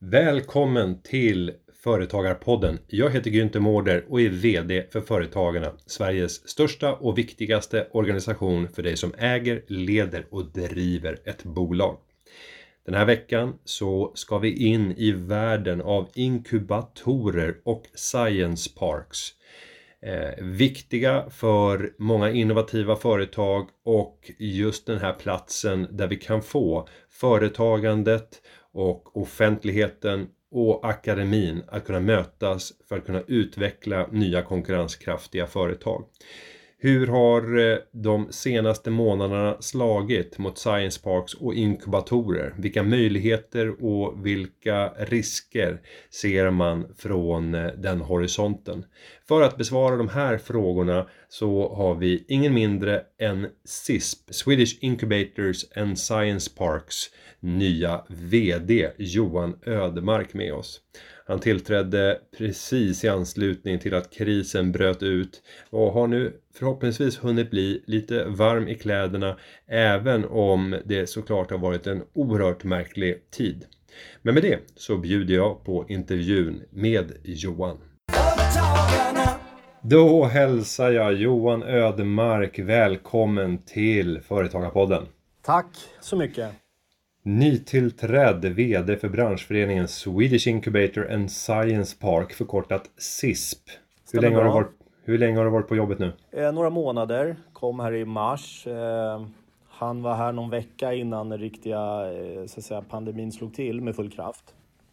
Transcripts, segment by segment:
Välkommen till Företagarpodden. Jag heter Günther Mårder och är vd för Företagarna, Sveriges största och viktigaste organisation för dig som äger, leder och driver ett bolag. Den här veckan så ska vi in i världen av inkubatorer och science parks. Viktiga för många innovativa företag och just den här platsen där vi kan få företagandet och offentligheten och akademin att kunna mötas för att kunna utveckla nya konkurrenskraftiga företag. Hur har de senaste månaderna slagit mot science parks och inkubatorer? Vilka möjligheter och vilka risker ser man från den horisonten? För att besvara de här frågorna så har vi ingen mindre än SISP, Swedish Incubators and Science Parks, nya vd Johan Ödemark med oss. Han tillträdde precis i anslutning till att krisen bröt ut och har nu förhoppningsvis hunnit bli lite varm i kläderna, även om det såklart har varit en oerhört märklig tid. Men med det så bjuder jag på intervjun med Johan. Då hälsar jag Johan Ödemark välkommen till Företagarpodden. Tack så mycket. Nytillträdd vd för branschföreningen Swedish Incubator and Science Park, förkortat SISP. Hur länge har du varit på jobbet nu? Några månader, kom här i mars. Han var här någon vecka innan den riktiga så att säga, pandemin slog till med full kraft.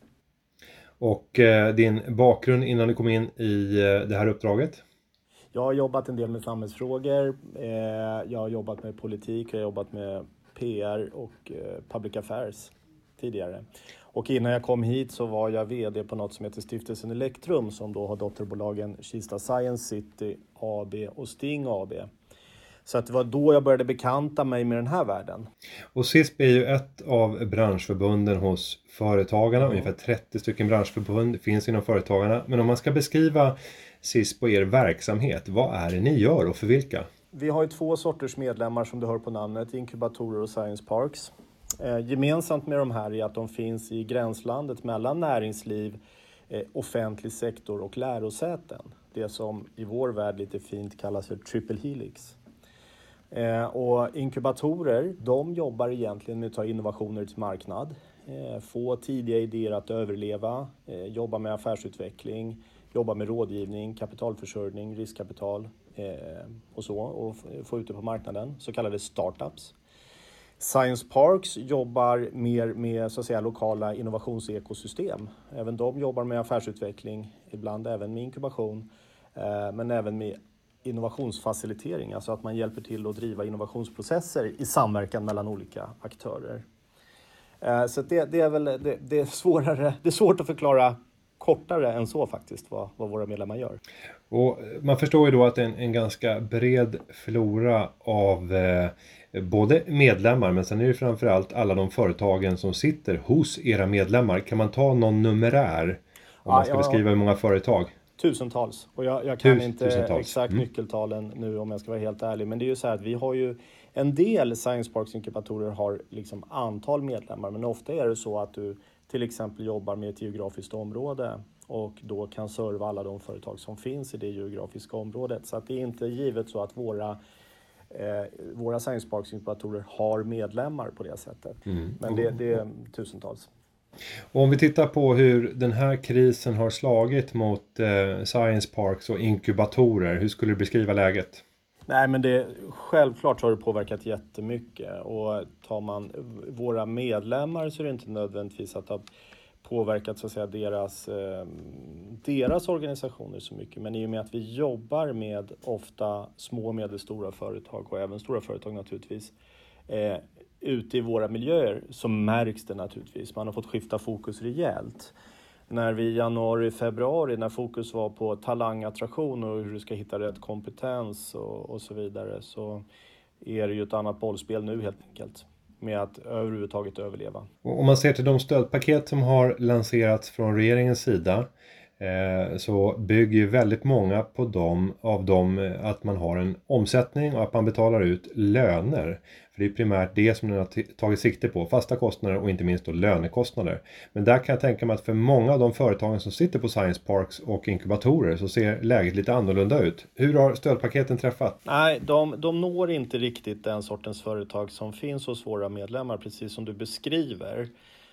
Och din bakgrund innan du kom in i det här uppdraget? Jag har jobbat en del med samhällsfrågor. Jag har jobbat med politik, jag har jobbat med PR och public affairs tidigare. Och innan jag kom hit så var jag vd på något som heter Stiftelsen Elektrum, som då har dotterbolagen Kista Science City AB och Sting AB. Så att det var då jag började bekanta mig med den här världen. Och SISP är ju ett av branschförbunden hos Företagarna. Ungefär 30 stycken branschförbund finns inom Företagarna. Men om man ska beskriva SISP och er verksamhet, vad är det ni gör och för vilka? Vi har ju två sorters medlemmar som du hör på namnet, inkubatorer och science parks. Gemensamt med de här är att de finns i gränslandet mellan näringsliv, offentlig sektor och lärosäten. Det som i vår värld lite fint kallas för triple helix. Och inkubatorer, de jobbar egentligen med att ta innovationer till marknad, få tidiga idéer att överleva, jobba med affärsutveckling, jobba med rådgivning, kapitalförsörjning, riskkapital och så, och få ut det på marknaden, så kallade startups. Science Parks jobbar mer med så att säga lokala innovationsekosystem. Även de jobbar med affärsutveckling, ibland även med inkubation, men även med innovationsfacilitering, alltså att man hjälper till att driva innovationsprocesser i samverkan mellan olika aktörer. Så det är väl det är svårare, det är svårt att förklara kortare än så faktiskt vad våra medlemmar gör. Och man förstår ju då att det är en ganska bred flora av både medlemmar, men sen är det framförallt alla de företagen som sitter hos era medlemmar. Kan man ta någon numerär om man ska beskriva hur många företag? Tusentals. Och jag kan inte exakt Mm. nyckeltalen nu om jag ska vara helt ärlig. Men det är ju så här att vi har ju en del Science Parks inkubatorer har liksom antal medlemmar. Men ofta är det så att du till exempel jobbar med ett geografiskt område och då kan serva alla de företag som finns i det geografiska området. Så att det är inte givet så att våra Science Parks inkubatorer har medlemmar på det sättet. Men det är tusentals. Och om vi tittar på hur den här krisen har slagit mot science parks och inkubatorer, hur skulle du beskriva läget? Nej, men självklart har det påverkat jättemycket, och tar man våra medlemmar så är det inte nödvändigtvis att det har påverkat så att säga deras organisationer så mycket, men i och med att vi jobbar med ofta små och medelstora företag och även stora företag naturligtvis ute i våra miljöer, så märks det naturligtvis. Man har fått skifta fokus rejält. När vi i januari, februari, när fokus var på talangattraktion och hur du ska hitta rätt kompetens och så vidare, så är det ju ett annat bollspel nu helt enkelt med att överhuvudtaget överleva. Och om man ser till de stödpaket som har lanserats från regeringens sida, så bygger ju väldigt många på av dem att man har en omsättning och att man betalar ut löner. För det är primärt det som den har tagit sikte på, fasta kostnader och inte minst då lönekostnader. Men där kan jag tänka mig att för många av de företagen som sitter på Science Parks och inkubatorer så ser läget lite annorlunda ut. Hur har stödpaketen träffat? Nej, de når inte riktigt den sortens företag som finns hos våra medlemmar, precis som du beskriver.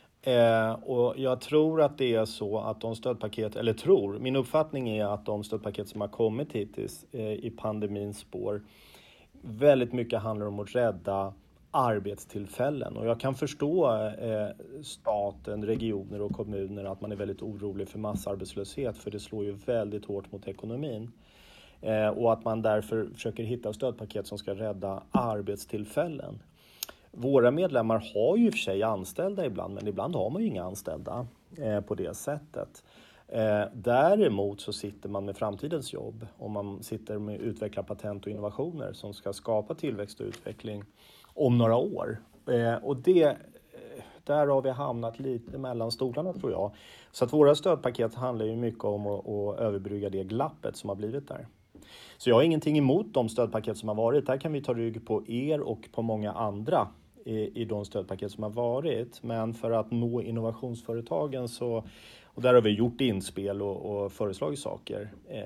Och jag tror att det är så att de stödpaket, min uppfattning är att de stödpaket som har kommit hittills i pandemins spår väldigt mycket handlar om att rädda arbetstillfällen. Och jag kan förstå staten, regioner och kommuner att man är väldigt orolig för massarbetslöshet, för det slår ju väldigt hårt mot ekonomin. Och att man därför försöker hitta stödpaket som ska rädda arbetstillfällen. Våra medlemmar har ju i och för sig anställda ibland, men ibland har man ju inga anställda på det sättet. Däremot så sitter man med framtidens jobb och man sitter med utveckla patent och innovationer som ska skapa tillväxt och utveckling om några år. Och där har vi hamnat lite mellan stolarna, tror jag. Så att våra stödpaket handlar ju mycket om att överbrygga det glappet som har blivit där. Så jag har ingenting emot de stödpaket som har varit. Där kan vi ta rygg på er och på många andra i de stödpaket som har varit. Men för att nå innovationsföretagen och där har vi gjort inspel och föreslagit saker.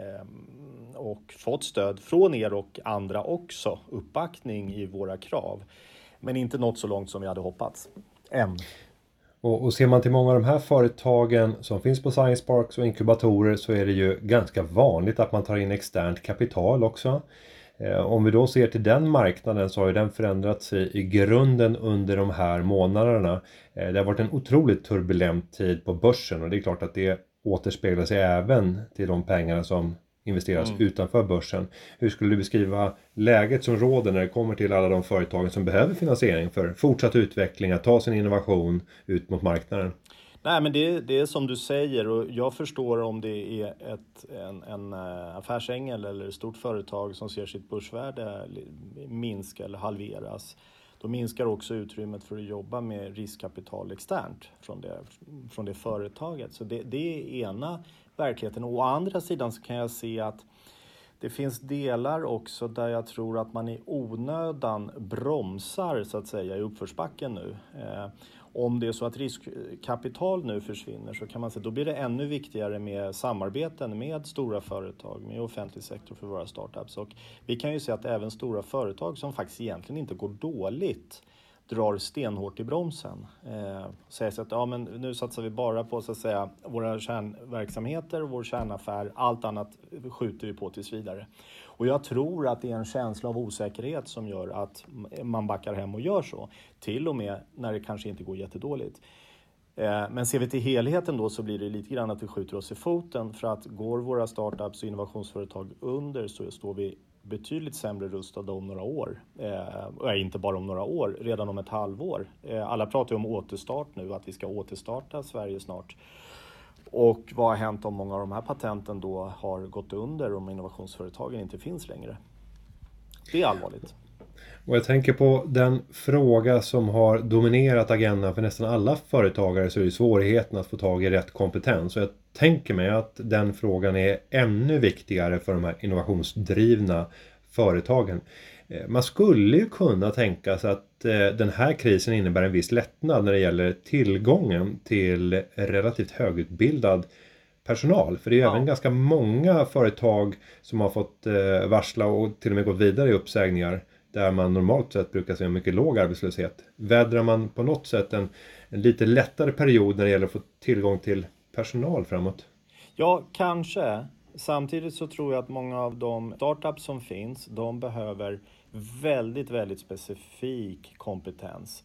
Och fått stöd från er och andra också. Uppbackning i våra krav. Men inte nått så långt som vi hade hoppats. Än. Och ser man till många av de här företagen som finns på Science Parks och inkubatorer så är det ju ganska vanligt att man tar in externt kapital också. Om vi då ser till den marknaden så har ju den förändrats i grunden under de här månaderna. Det har varit en otroligt turbulent tid på börsen och det är klart att det återspeglar sig även till de pengarna som investeras utanför börsen. Hur skulle du beskriva läget som råder när det kommer till alla de företagen som behöver finansiering för fortsatt utveckling, att ta sin innovation ut mot marknaden? Nej, men det är som du säger, och jag förstår om det är en affärsängel eller ett stort företag som ser sitt börsvärde minska eller halveras. Då minskar också utrymmet för att jobba med riskkapital externt från det företaget. Så det är ena verkligheten. Och å andra sidan så kan jag se att det finns delar också där jag tror att man i onödan bromsar så att säga i uppförsbacken nu. Om det är så att riskkapital nu försvinner så kan man säga då blir det ännu viktigare med samarbeten med stora företag, med offentlig sektor för våra startups. Och vi kan ju se att även stora företag som faktiskt egentligen inte går dåligt drar stenhårt i bromsen. Säger så att ja, men nu satsar vi bara på så att säga våra kärnverksamheter och vår kärnaffär. Allt annat skjuter vi på tills vidare. Och jag tror att det är en känsla av osäkerhet som gör att man backar hem och gör så. Till och med när det kanske inte går jättedåligt. Men ser vi till helheten då så blir det lite grann att vi skjuter oss i foten. För att går våra startups och innovationsföretag under så står vi betydligt sämre rustade om några år. Inte bara om några år, redan om ett halvår. Alla pratar ju om återstart nu, att vi ska återstarta Sverige snart. Och vad har hänt om många av de här patenten då har gått under om innovationsföretagen inte finns längre? Det är allvarligt. Och jag tänker på den fråga som har dominerat agendan för nästan alla företagare, så är det svårigheten att få tag i rätt kompetens. Och jag tänker mig att den frågan är ännu viktigare för de här innovationsdrivna företagen. Man skulle ju kunna tänka sig att den här krisen innebär en viss lättnad när det gäller tillgången till relativt högutbildad personal. För det är ju även ganska många företag som har fått varsla och till och med gått vidare i uppsägningar där man normalt sett brukar se en mycket låg arbetslöshet. Vädrar man på något sätt en lite lättare period när det gäller att få tillgång till personal framåt? Ja, kanske. Samtidigt så tror jag att många av de startups som finns, de behöver väldigt, väldigt specifik kompetens.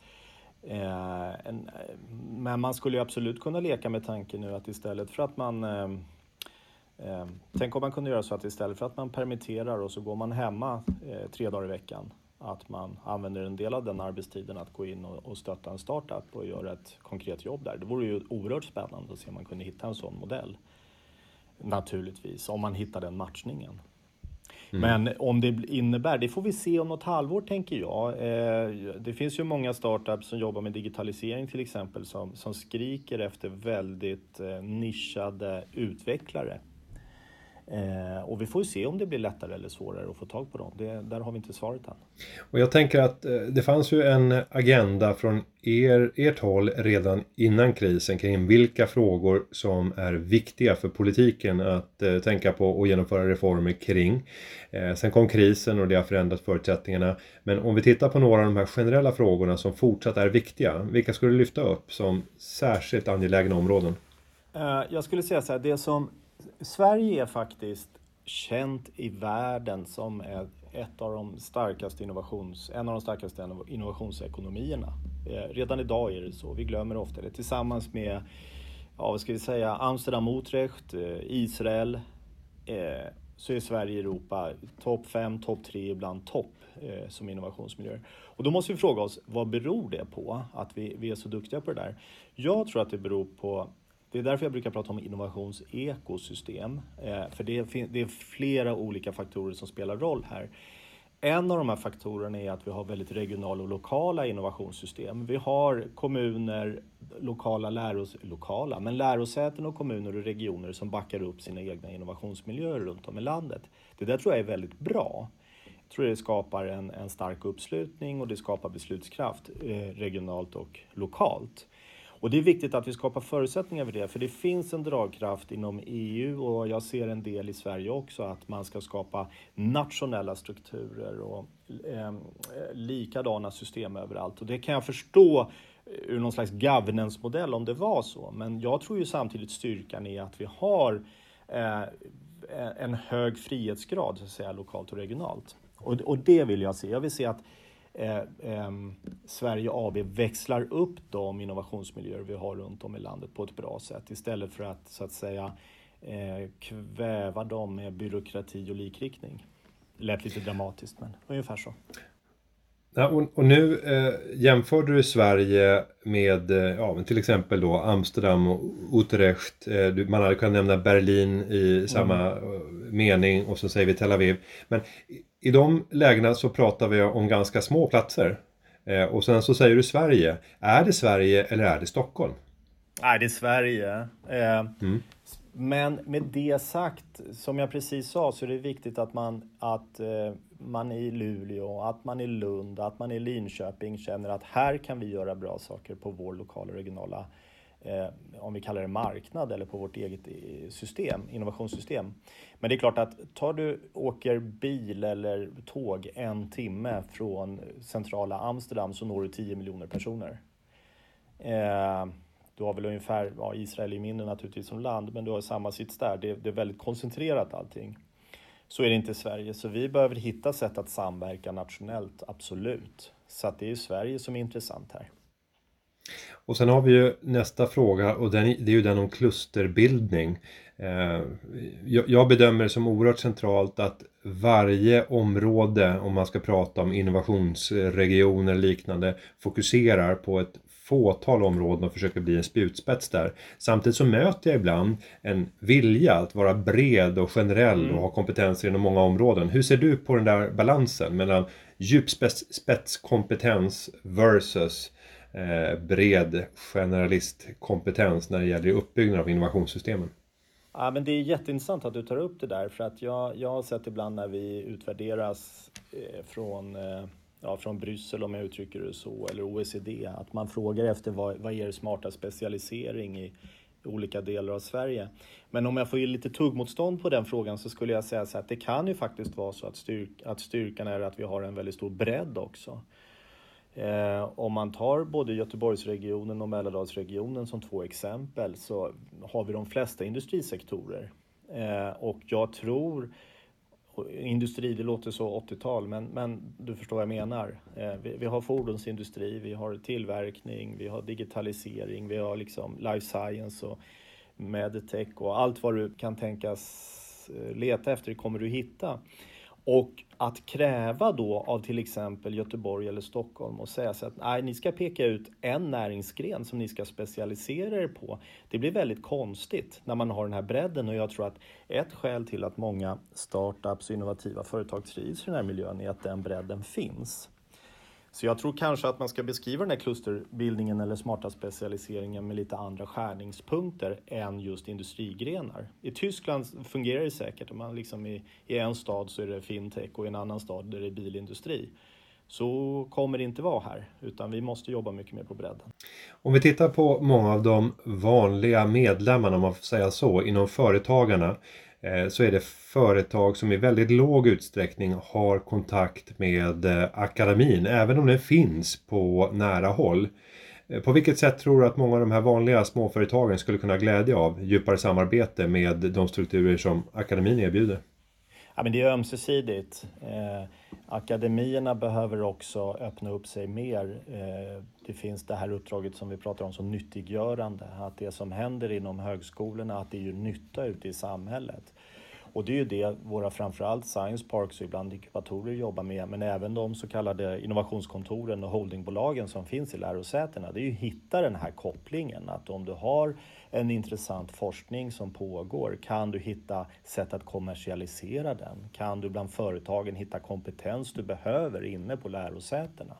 Men man skulle ju absolut kunna leka med tanken nu att istället för att man... Tänk om man kunde göra så att istället för att man permitterar och så går man hemma 3 dagar i veckan, att man använder en del av den arbetstiden att gå in och stötta en startup och göra ett konkret jobb där. Det vore ju oerhört spännande att se om man kunde hitta en sån modell. Naturligtvis, om man hittar den matchningen. Men om det innebär, det får vi se om något halvår tänker jag. Det finns ju många startups som jobbar med digitalisering till exempel som skriker efter väldigt nischade utvecklare. Och vi får ju se om det blir lättare eller svårare att få tag på dem. Där har vi inte svaret än. Och jag tänker att det fanns ju en agenda från ert håll redan innan krisen kring vilka frågor som är viktiga för politiken att tänka på och genomföra reformer kring. Sen kom krisen och det har förändrat förutsättningarna. Men om vi tittar på några av de här generella frågorna som fortsatt är viktiga, vilka skulle du lyfta upp som särskilt angelägna områden? Jag skulle säga så här, det som Sverige är faktiskt känt i världen som en av de starkaste innovationsekonomierna. Redan idag är det så, vi glömmer ofta det. Tillsammans med, vad ska vi säga, Amsterdam, Utrecht, Israel, så är Sverige i Europa topp 5, topp 3, ibland topp som innovationsmiljöer. Och då måste vi fråga oss, vad beror det på att vi är så duktiga på det där? Jag tror att det beror på, det är därför jag brukar prata om innovationsekosystem. För det är flera olika faktorer som spelar roll här. En av de här faktorerna är att vi har väldigt regionala och lokala innovationssystem. Vi har kommuner, lärosäten och kommuner och regioner som backar upp sina egna innovationsmiljöer runt om i landet. Det där tror jag är väldigt bra. Jag tror det skapar en stark uppslutning och det skapar beslutskraft regionalt och lokalt. Och det är viktigt att vi skapar förutsättningar för det, för det finns en dragkraft inom EU och jag ser en del i Sverige också att man ska skapa nationella strukturer och likadana system överallt. Och det kan jag förstå ur någon slags governance-modell om det var så, men jag tror ju samtidigt styrkan i att vi har en hög frihetsgrad så att säga, lokalt och regionalt. Och det vill jag se. Jag vill se att Sverige AB växlar upp de innovationsmiljöer vi har runt om i landet på ett bra sätt istället för att så att säga kväva dem med byråkrati och likriktning. Lät lite dramatiskt, men ungefär så. Ja, och nu jämförde du Sverige med till exempel då Amsterdam och Utrecht. Man hade kunnat nämna Berlin i samma mening och så säger vi Tel Aviv. Men i de lägena så pratar vi om ganska små platser. Och sen så säger du Sverige. Är det Sverige eller är det Stockholm? Nej, det är Sverige. Men med det sagt, som jag precis sa, så är det viktigt att man i Luleå, att man i Lund, att man i Linköping känner att här kan vi göra bra saker på vår lokala och regionala, om vi kallar det marknad eller på vårt eget system, innovationssystem. Men det är klart att åker bil eller tåg 1 timme från centrala Amsterdam så når du 10 miljoner personer. Du har väl ungefär, Israel är mindre naturligtvis som land, men du har samma sits där. Det är väldigt koncentrerat allting. Så är det inte i Sverige, så vi behöver hitta sätt att samverka nationellt, absolut. Så att det är Sverige som är intressant här. Och sen har vi ju nästa fråga och det är ju den om klusterbildning. Jag bedömer det som oerhört centralt att varje område, om man ska prata om innovationsregioner eller liknande, fokuserar på ett fåtal områden och försöker bli en spjutspets där. Samtidigt så möter jag ibland en vilja att vara bred och generell och ha kompetenser inom många områden. Hur ser du på den där balansen mellan djupspetskompetens versus bred generalistkompetens när det gäller uppbyggnaden av innovationssystemen? Ja, men det är jätteintressant att du tar upp det där, för att jag har sett ibland när vi utvärderas från Bryssel, om jag uttrycker det så, eller OECD, att man frågar efter vad är det smarta specialisering i olika delar av Sverige. Men om jag får ge lite tuggmotstånd på den frågan så skulle jag säga så att det kan ju faktiskt vara så att styrkan är att vi har en väldigt stor bredd också. Om man tar både Göteborgsregionen och Mälardalsregionen som 2 exempel så har vi de flesta industrisektorer. Och jag tror, industri, det låter så 80-tal, men du förstår vad jag menar. Vi har fordonsindustri, vi har tillverkning, vi har digitalisering, vi har liksom life science och medtech och allt vad du kan tänkas leta efter kommer du hitta. Och att kräva då av till exempel Göteborg eller Stockholm och säga så att nej, ni ska peka ut en näringsgren som ni ska specialisera er på. Det blir väldigt konstigt när man har den här bredden, och jag tror att ett skäl till att många startups och innovativa företag trivs i den här miljön är att den bredden finns. Så jag tror kanske att man ska beskriva den här klusterbildningen eller smarta specialiseringen med lite andra skärningspunkter än just industrigrenar. I Tyskland fungerar det säkert. Om man liksom i en stad så är det fintech och i en annan stad är det bilindustri. Så kommer det inte vara här, utan vi måste jobba mycket mer på bredden. Om vi tittar på många av de vanliga medlemmarna, om man får säga så, inom företagarna, så är det företag som i väldigt låg utsträckning har kontakt med akademin, även om den finns på nära håll. På vilket sätt tror du att många av de här vanliga småföretagen skulle kunna glädja av djupare samarbete med de strukturer som akademin erbjuder? Ja, men det är ömsesidigt. Akademierna behöver också öppna upp sig mer. Det finns det här uppdraget som vi pratar om som nyttiggörande. Att det som händer inom högskolorna, att det gör nytta ute i samhället. Och det är ju det våra framförallt science parks och ibland inkubatorer jobbar med, men även de så kallade innovationskontoren och holdingbolagen som finns i lärosätena. Det är ju att hitta den här kopplingen, att om du har en intressant forskning som pågår, kan du hitta sätt att kommersialisera den? Kan du bland företagen hitta kompetens du behöver inne på lärosätena?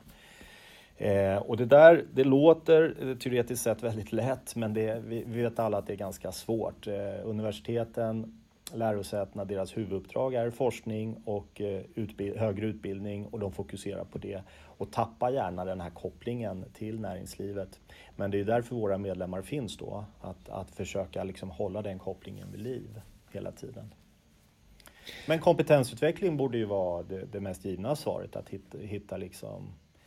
Och det låter teoretiskt sett väldigt lätt, men vi vet alla att det är ganska svårt. Universiteten, lärosätena, deras huvuduppdrag är forskning och högre utbildning, och de fokuserar på det och tappar gärna den här kopplingen till näringslivet. Men det är därför våra medlemmar finns då, att försöka liksom hålla den kopplingen vid liv hela tiden. Men kompetensutveckling borde ju vara det mest givna svaret, att hitta liksom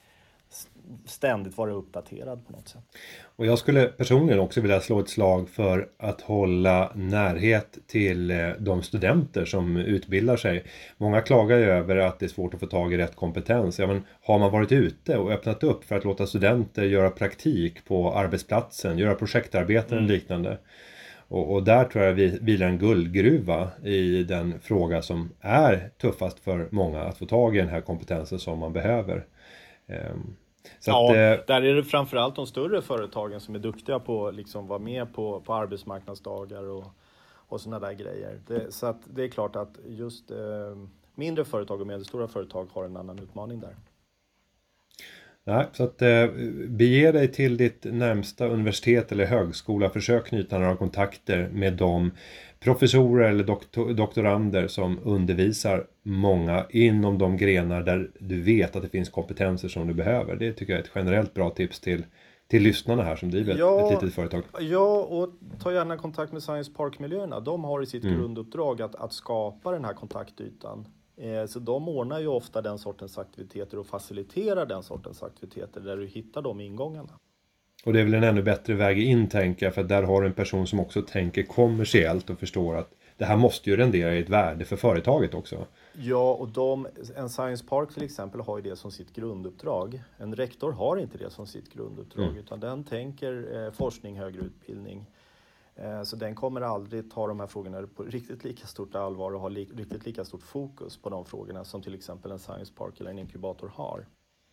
ständigt vara uppdaterad på något sätt. Och jag skulle personligen också vilja slå ett slag för att hålla närhet till de studenter som utbildar sig. Många klagar ju över att det är svårt att få tag i rätt kompetens. Ja, men har man varit ute och öppnat upp för att låta studenter göra praktik på arbetsplatsen, göra projektarbeten och liknande. Och där tror jag vi vilar en guldgruva i den fråga som är tuffast för många, att få tag i den här kompetensen som man behöver. Så ja, att, där är det framförallt de större företagen som är duktiga på att liksom vara med på arbetsmarknadsdagar och sådana där grejer. Så att det är klart att just mindre företag och medelstora företag har en annan utmaning där. Nej, så att bege dig till ditt närmsta universitet eller högskola. Försök knyta några kontakter med de professorer eller doktorander som undervisar många inom de grenar där du vet att det finns kompetenser som du behöver. Det tycker jag är ett generellt bra tips till lyssnarna här som driver ett litet företag. Ja, och ta gärna kontakt med Science Park-miljöerna. De har i sitt grunduppdrag att skapa den här kontaktytan. Så de ordnar ju ofta den sortens aktiviteter och faciliterar den sortens aktiviteter där du hittar de ingångarna. Och det är väl en ännu bättre väg in, tänker jag, för där har du en person som också tänker kommersiellt och förstår att det här måste ju rendera i ett värde för företaget också. Ja, och en Science Park till exempel har ju det som sitt grunduppdrag. En rektor har inte det som sitt grunduppdrag, utan den tänker forskning, högre utbildning. Så den kommer aldrig ta de här frågorna på riktigt lika stort allvar och ha riktigt lika stort fokus på de frågorna som till exempel en Science Park eller en inkubator har.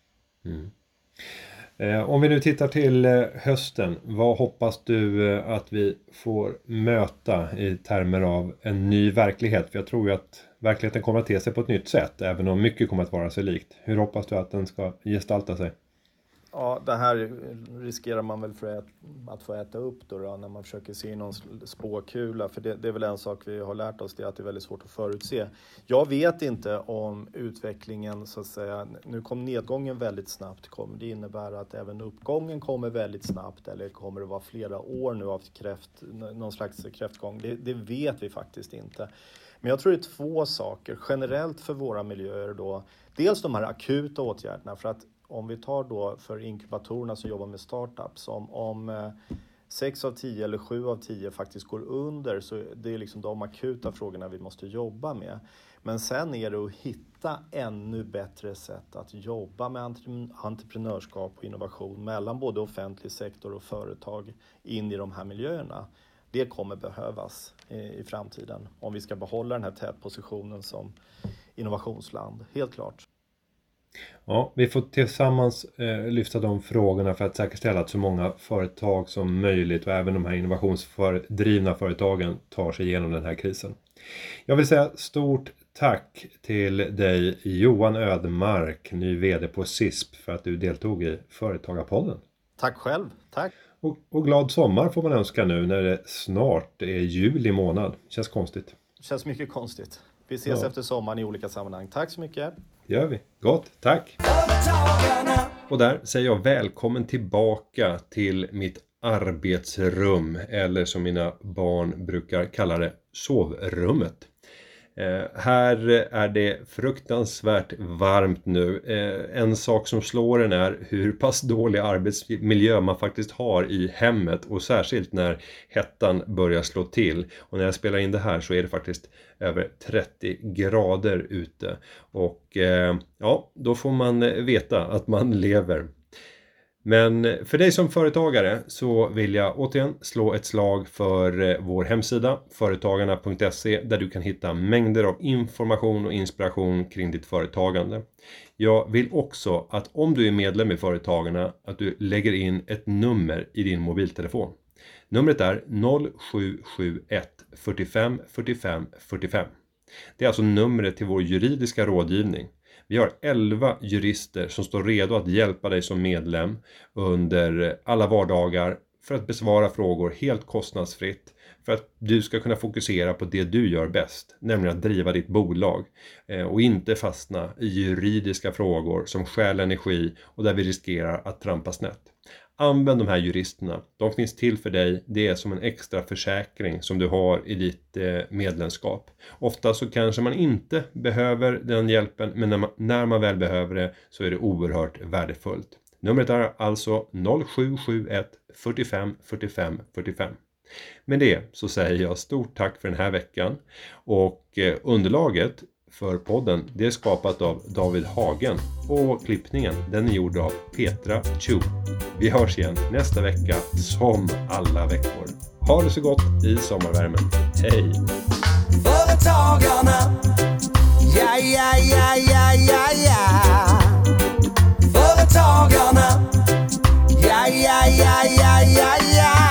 Om vi nu tittar till hösten, vad hoppas du att vi får möta i termer av en ny verklighet? För jag tror ju att verkligheten kommer att te sig på ett nytt sätt, även om mycket kommer att vara sig likt. Hur hoppas du att den ska gestalta sig? Ja, det här riskerar man väl för att få äta upp då när man försöker se någon spåkula. För det är väl en sak vi har lärt oss, det är att det är väldigt svårt att förutse. Jag vet inte om utvecklingen, så att säga, nu kom nedgången väldigt snabbt. Kommer det innebära att även uppgången kommer väldigt snabbt, eller kommer det vara flera år nu av någon slags kräftgång? Det vet vi faktiskt inte. Men jag tror det är två saker generellt för våra miljöer då. Dels de här akuta åtgärderna, för att om vi tar då för inkubatorerna som jobbar med startups, om 6 av 10 eller 7 av 10 faktiskt går under, så det är liksom de akuta frågorna vi måste jobba med. Men sen är det att hitta ännu bättre sätt att jobba med entreprenörskap och innovation mellan både offentlig sektor och företag in i de här miljöerna. Det kommer behövas i framtiden om vi ska behålla den här tätpositionen som innovationsland, helt klart. Ja, vi får tillsammans lyfta de frågorna för att säkerställa att så många företag som möjligt och även de här innovationsdrivna företagen tar sig igenom den här krisen. Jag vill säga stort tack till dig Johan Ödmark, ny vd på CISP, för att du deltog i Företagarpodden. Tack själv, tack. Och glad sommar får man önska nu när det snart är juli månad. Känns konstigt. Känns mycket konstigt. Vi ses efter sommaren i olika sammanhang. Tack så mycket. Gör vi. Gott, tack. Och där säger jag välkommen tillbaka till mitt arbetsrum, eller som mina barn brukar kalla det, sovrummet. Här är det fruktansvärt varmt nu. En sak som slår en är hur pass dålig arbetsmiljö man faktiskt har i hemmet, och särskilt när hettan börjar slå till. Och när jag spelar in det här så är det faktiskt över 30 grader ute. Och ja, då får man veta att man lever. Men för dig som företagare så vill jag återigen slå ett slag för vår hemsida företagarna.se, där du kan hitta mängder av information och inspiration kring ditt företagande. Jag vill också att om du är medlem i Företagarna att du lägger in ett nummer i din mobiltelefon. Numret är 0771 45 45 45. Det är alltså numret till vår juridiska rådgivning. Vi har 11 jurister som står redo att hjälpa dig som medlem under alla vardagar för att besvara frågor helt kostnadsfritt, för att du ska kunna fokusera på det du gör bäst, nämligen att driva ditt bolag och inte fastna i juridiska frågor som stjäl energi och där vi riskerar att trampa snett. Använd de här juristerna. De finns till för dig. Det är som en extra försäkring som du har i ditt medlemskap. Ofta så kanske man inte behöver den hjälpen, men när man väl behöver det så är det oerhört värdefullt. Numret är alltså 0771 45 45 45. Med det så säger jag stort tack för den här veckan, och underlaget för podden det är skapat av David Hagen, och klippningen den är gjord av Petra Chu. Vi hörs igen nästa vecka som alla veckor. Ha det så gott i sommarvärmen. Hej! Företagarna, ja, ja, ja, ja, ja, ja. Företagarna, ja, ja, ja, ja, ja, ja.